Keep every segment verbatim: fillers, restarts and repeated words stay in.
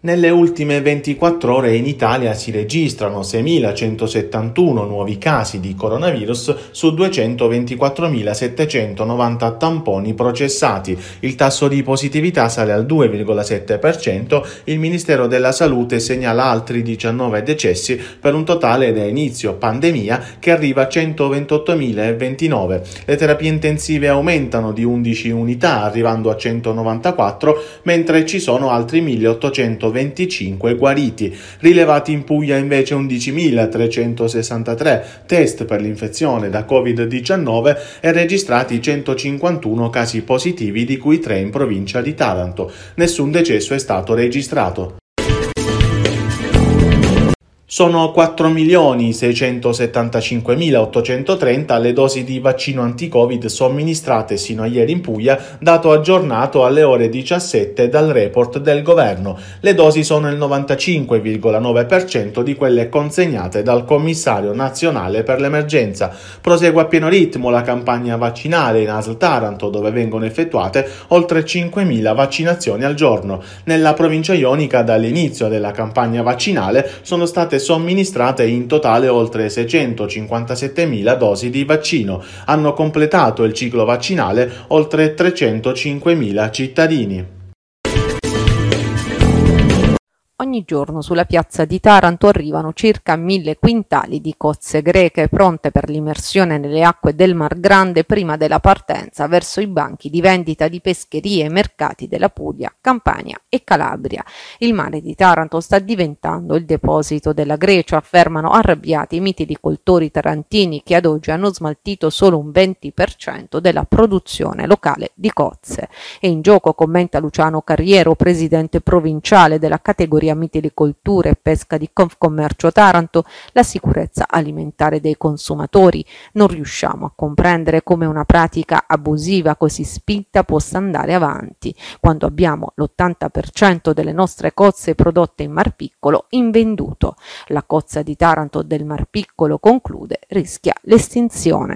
Nelle ultime ventiquattro ore in Italia si registrano seimilacentosettantuno nuovi casi di coronavirus su duecentoventiquattromilasettecentonovanta tamponi processati. Il tasso di positività sale al due virgola sette per cento. Il Ministero della Salute segnala altri diciannove decessi per un totale da inizio pandemia che arriva a centoventottomilaventinove. Le terapie intensive aumentano di undici unità arrivando a centonovantaquattro, mentre ci sono altri milleottocentoventicinque guariti. Rilevati in Puglia invece undicimilatrecentosessantatré test per l'infezione da covid diciannove e registrati centocinquantuno casi positivi, di cui tre in provincia di Taranto. Nessun decesso è stato registrato. Sono quattro milioni seicentosettantacinquemilaottocentotrenta le dosi di vaccino anti-Covid somministrate sino a ieri in Puglia, dato aggiornato alle ore diciassette dal report del governo. Le dosi sono il novantacinque virgola nove per cento di quelle consegnate dal commissario nazionale per l'emergenza. Prosegue a pieno ritmo la campagna vaccinale in A S L Taranto, dove vengono effettuate oltre cinquemila vaccinazioni al giorno. Nella provincia ionica, dall'inizio della campagna vaccinale, sono state somministrate in totale oltre seicentocinquantasettemila dosi di vaccino. Hanno completato il ciclo vaccinale oltre trecentocinquemila cittadini. Ogni giorno sulla piazza di Taranto arrivano circa mille quintali di cozze greche pronte per l'immersione nelle acque del Mar Grande prima della partenza verso i banchi di vendita di pescherie e mercati della Puglia, Campania e Calabria. Il mare di Taranto sta diventando il deposito della Grecia, affermano arrabbiati i mitilicoltori tarantini, che ad oggi hanno smaltito solo un venti per cento della produzione locale di cozze. È in gioco, commenta Luciano Carriero, presidente provinciale della categoria mitilicoltura e pesca di Confcommercio Taranto, la sicurezza alimentare dei consumatori. Non riusciamo a comprendere come una pratica abusiva così spinta possa andare avanti, quando abbiamo l'ottanta per cento delle nostre cozze prodotte in Mar Piccolo invenduto. La cozza di Taranto del Mar Piccolo, conclude, rischia l'estinzione.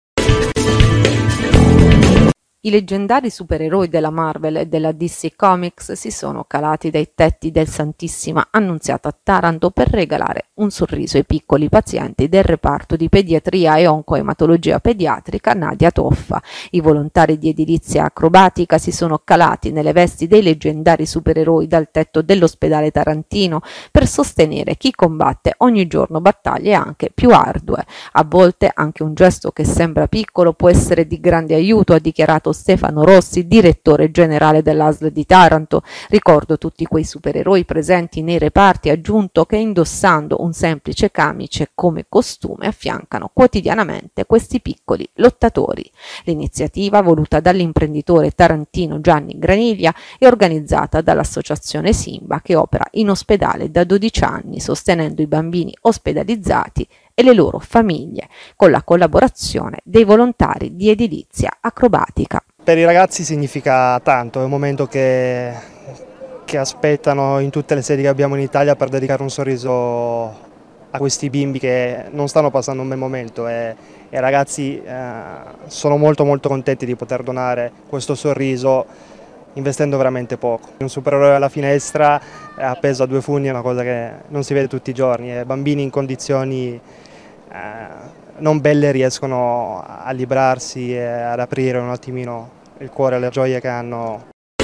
I leggendari supereroi della Marvel e della D C Comics si sono calati dai tetti del Santissima Annunziata a Taranto per regalare un sorriso ai piccoli pazienti del reparto di pediatria e oncoematologia pediatrica Nadia Toffa. I volontari di edilizia acrobatica si sono calati nelle vesti dei leggendari supereroi dal tetto dell'ospedale tarantino per sostenere chi combatte ogni giorno battaglie anche più ardue. A volte anche un gesto che sembra piccolo può essere di grande aiuto, ha dichiarato Stefano Rossi, direttore generale dell'A S L di Taranto. Ricordo tutti quei supereroi presenti nei reparti, aggiunto, che indossando un semplice camice come costume affiancano quotidianamente questi piccoli lottatori. L'iniziativa, voluta dall'imprenditore tarantino Gianni Graniglia, è organizzata dall'associazione Simba, che opera in ospedale da dodici anni, sostenendo i bambini ospedalizzati e le loro famiglie, con la collaborazione dei volontari di edilizia acrobatica. Per i ragazzi significa tanto, è un momento che, che aspettano in tutte le sedi che abbiamo in Italia per dedicare un sorriso a questi bimbi che non stanno passando un bel momento, e i ragazzi eh, sono molto molto contenti di poter donare questo sorriso investendo veramente poco. Un supereroe alla finestra appeso a due funi è una cosa che non si vede tutti i giorni, e bambini in condizioni non belle riescono a librarsi e ad aprire un attimino il cuore alle gioie che hanno.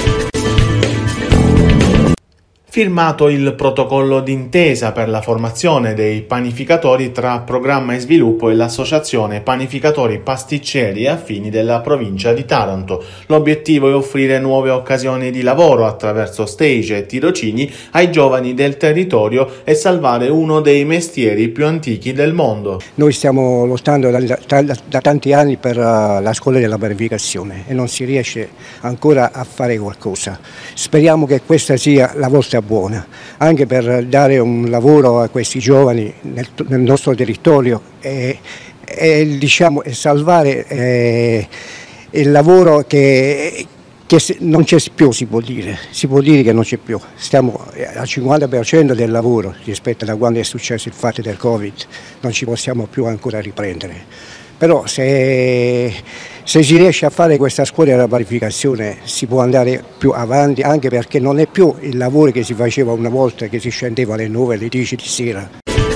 Firmato il protocollo d'intesa per la formazione dei panificatori tra Programma e Sviluppo e l'Associazione Panificatori Pasticceri e Affini della provincia di Taranto. L'obiettivo è offrire nuove occasioni di lavoro attraverso stage e tirocini ai giovani del territorio e salvare uno dei mestieri più antichi del mondo. Noi stiamo lottando da, da, da tanti anni per uh, la scuola della panificazione e non si riesce ancora a fare qualcosa. Speriamo che questa sia la vostra buona, anche per dare un lavoro a questi giovani nel, nel nostro territorio e, e, diciamo, e salvare eh, il lavoro che, che non c'è più, si può dire, si può dire che non c'è più. Stiamo al cinquanta per cento del lavoro rispetto a quando è successo il fatto del Covid, non ci possiamo più ancora riprendere. Però se Se si riesce a fare questa scuola della parificazione si può andare più avanti, anche perché non è più il lavoro che si faceva una volta, che si scendeva alle nove, alle dieci di sera.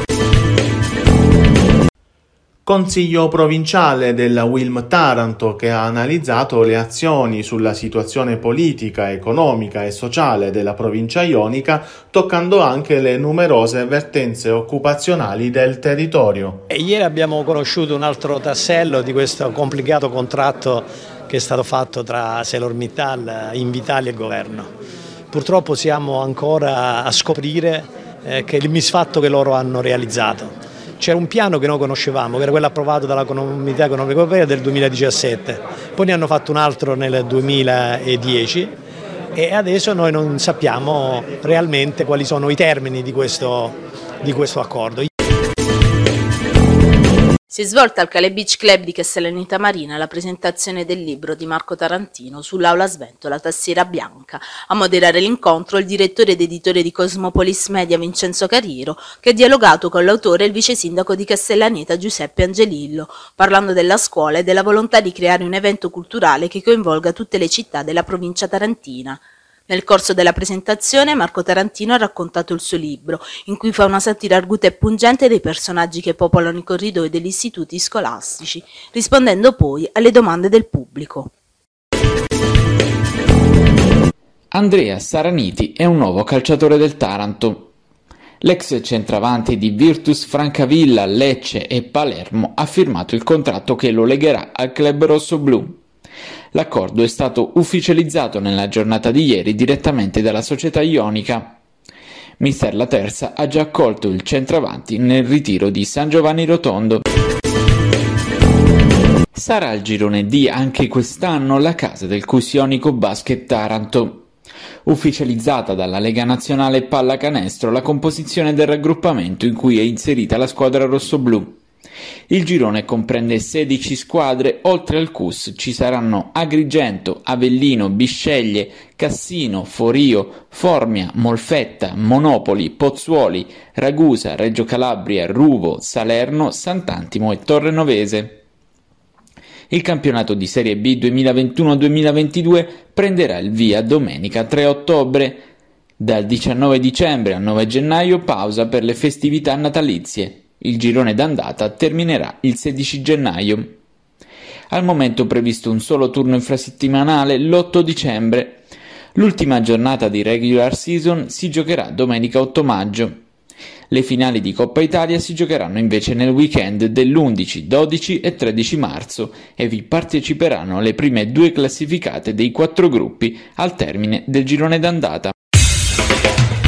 Consiglio provinciale della U I L M Taranto, che ha analizzato le azioni sulla situazione politica, economica e sociale della provincia ionica, toccando anche le numerose vertenze occupazionali del territorio. E ieri abbiamo conosciuto un altro tassello di questo complicato contratto che è stato fatto tra ArcelorMittal, Invitalia e Governo. Purtroppo siamo ancora a scoprire eh, che il misfatto che loro hanno realizzato. C'era un piano che noi conoscevamo, che era quello approvato dalla Comunità Economica Europea del duemiladiciassette, poi ne hanno fatto un altro nel duemiladieci e adesso noi non sappiamo realmente quali sono i termini di questo, di questo accordo. Si è svolta al Calais Beach Club di Castellaneta Marina la presentazione del libro di Marco Tarantino sull'Aula Sventola Tastiera Bianca. A moderare l'incontro il direttore ed editore di Cosmopolis Media Vincenzo Carriero, che ha dialogato con l'autore e il vice sindaco di Castellaneta Giuseppe Angelillo, parlando della scuola e della volontà di creare un evento culturale che coinvolga tutte le città della provincia tarantina. Nel corso della presentazione Marco Tarantino ha raccontato il suo libro, in cui fa una satira arguta e pungente dei personaggi che popolano i corridoi degli istituti scolastici, rispondendo poi alle domande del pubblico. Andrea Saraniti è un nuovo calciatore del Taranto. L'ex centravanti di Virtus Francavilla, Lecce e Palermo ha firmato il contratto che lo legherà al club rossoblu. L'accordo è stato ufficializzato nella giornata di ieri direttamente dalla società ionica. Mister La Terza ha già accolto il centravanti nel ritiro di San Giovanni Rotondo. Sarà il girone D anche quest'anno la casa del Cusionico Basket Taranto. Ufficializzata dalla Lega Nazionale Pallacanestro la composizione del raggruppamento in cui è inserita la squadra rossoblu. Il girone comprende sedici squadre, oltre al C U S ci saranno Agrigento, Avellino, Bisceglie, Cassino, Forio, Formia, Molfetta, Monopoli, Pozzuoli, Ragusa, Reggio Calabria, Ruvo, Salerno, Sant'Antimo e Torrenovese. Il campionato di Serie B duemilaventuno duemilaventidue prenderà il via domenica tre ottobre. Dal diciannove dicembre al nove gennaio pausa per le festività natalizie. Il girone d'andata terminerà il sedici gennaio. Al momento previsto un solo turno infrasettimanale l'otto dicembre. L'ultima giornata di regular season si giocherà domenica otto maggio. Le finali di Coppa Italia si giocheranno invece nel weekend dell'undici, dodici e tredici marzo e vi parteciperanno le prime due classificate dei quattro gruppi al termine del girone d'andata.